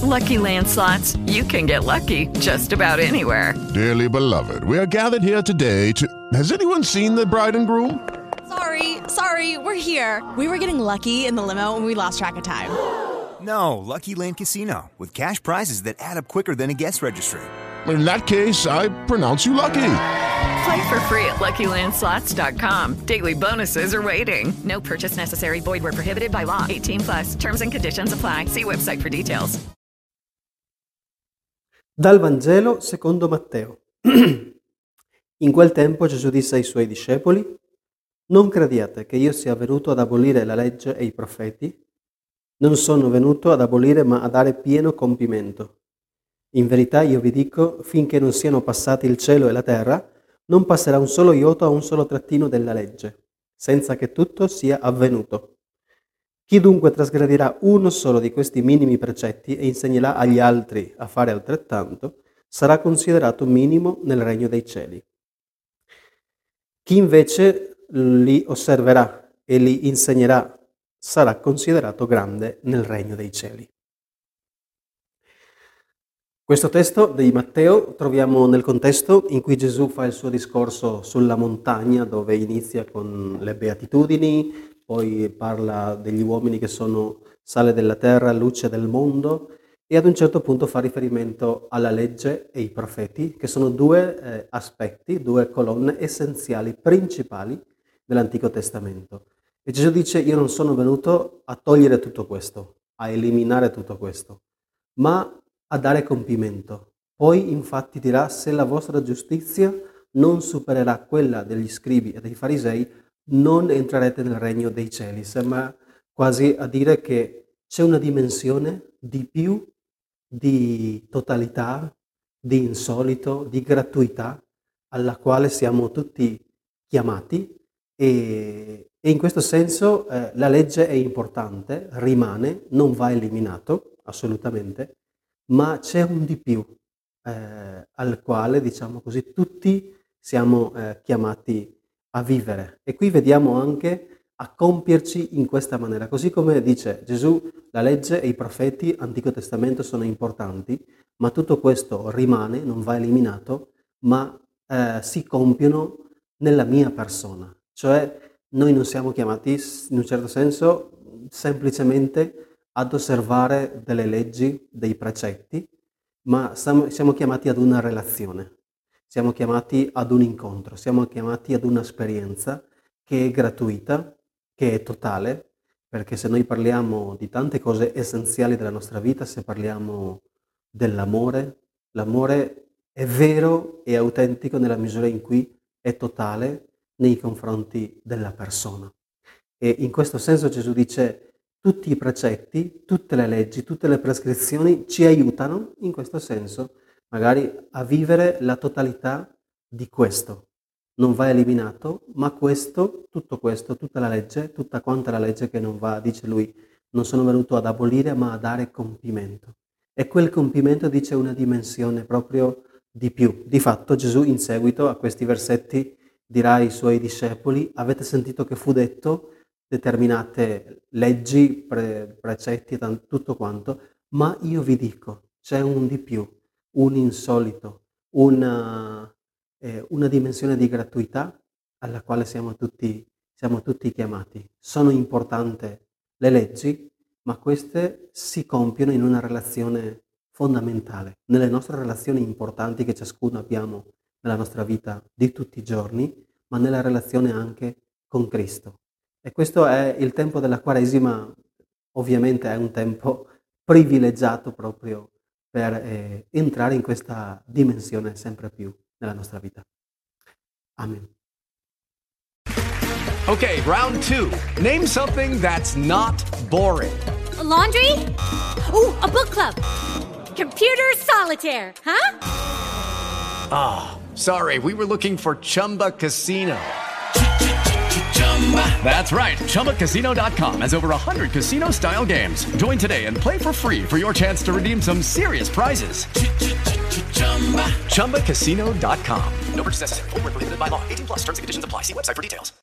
Lucky Land Slots, you can get lucky just about anywhere. Dearly beloved, we are gathered here today to... Has anyone seen the bride and groom? Sorry, we're here. We were getting lucky in the limo and we lost track of time. No, Lucky Land Casino, with cash prizes that add up quicker than a guest registry. In that case, I pronounce you lucky. Play for free at LuckyLandSlots.com. Daily bonuses are waiting. No purchase necessary. Void where prohibited by law. 18+. Terms and conditions apply. See website for details. Dal Vangelo secondo Matteo. In quel tempo Gesù disse ai suoi discepoli: «Non crediate che io sia venuto ad abolire la legge e i profeti. Non sono venuto ad abolire, ma a dare pieno compimento. In verità io vi dico, finché non siano passati il cielo e la terra, non passerà un solo iota o un solo trattino della legge, senza che tutto sia avvenuto. Chi dunque trasgredirà uno solo di questi minimi precetti e insegnerà agli altri a fare altrettanto, sarà considerato minimo nel regno dei cieli. Chi invece li osserverà e li insegnerà sarà considerato grande nel regno dei cieli». Questo testo di Matteo troviamo nel contesto in cui Gesù fa il suo discorso sulla montagna, dove inizia con le beatitudini, poi parla degli uomini che sono sale della terra, luce del mondo, e ad un certo punto fa riferimento alla legge e i profeti, che sono due aspetti, due colonne essenziali, principali dell'Antico Testamento. E Gesù dice: io non sono venuto a togliere tutto questo, a eliminare tutto questo, ma a dare compimento. Poi infatti dirà: se la vostra giustizia non supererà quella degli scribi e dei farisei, non entrerete nel regno dei cieli. Sembra quasi a dire che c'è una dimensione di più, di totalità, di insolito, di gratuità, alla quale siamo tutti chiamati, e in questo senso la legge è importante, rimane, non va eliminato assolutamente, ma c'è un di più al quale, diciamo così, tutti siamo chiamati a vivere. E qui vediamo anche a compierci in questa maniera. Così come dice Gesù, la legge e i profeti, Antico Testamento, sono importanti, ma tutto questo rimane, non va eliminato, ma si compiono nella mia persona. Cioè noi non siamo chiamati, in un certo senso, semplicemente ad osservare delle leggi, dei precetti, ma siamo chiamati ad una relazione, siamo chiamati ad un incontro, siamo chiamati ad un'esperienza che è gratuita, che è totale, perché se noi parliamo di tante cose essenziali della nostra vita, se parliamo dell'amore, l'amore è vero e autentico nella misura in cui è totale nei confronti della persona. E in questo senso Gesù dice: tutti i precetti, tutte le leggi, tutte le prescrizioni ci aiutano in questo senso, magari a vivere la totalità di questo. Non va eliminato, ma questo, tutto questo, tutta la legge, tutta quanta la legge che non va, dice lui, non sono venuto ad abolire, ma a dare compimento. E quel compimento dice una dimensione proprio di più. Di fatto Gesù in seguito a questi versetti dirà ai suoi discepoli: avete sentito che fu detto determinate leggi, precetti, tutto quanto, ma io vi dico, c'è un di più, un insolito, una dimensione di gratuità alla quale siamo tutti chiamati. Sono importanti le leggi, ma queste si compiono in una relazione fondamentale, nelle nostre relazioni importanti che ciascuno abbiamo nella nostra vita di tutti i giorni, ma nella relazione anche con Cristo. E questo è il tempo della Quaresima, ovviamente è un tempo privilegiato proprio per entrare in questa dimensione sempre più nella nostra vita. Amen. Okay, round 2. Name something that's not boring. A laundry? Ooh, a book club. Computer solitaire, huh? Ah, sorry, we were looking for Chumba Casino. That's right, ChumbaCasino.com has over 100 casino-style games. Join today and play for free for your chance to redeem some serious prizes. ChumbaCasino.com. No purchase necessary. Void where prohibited by law. 18+. Terms and conditions apply. See website for details.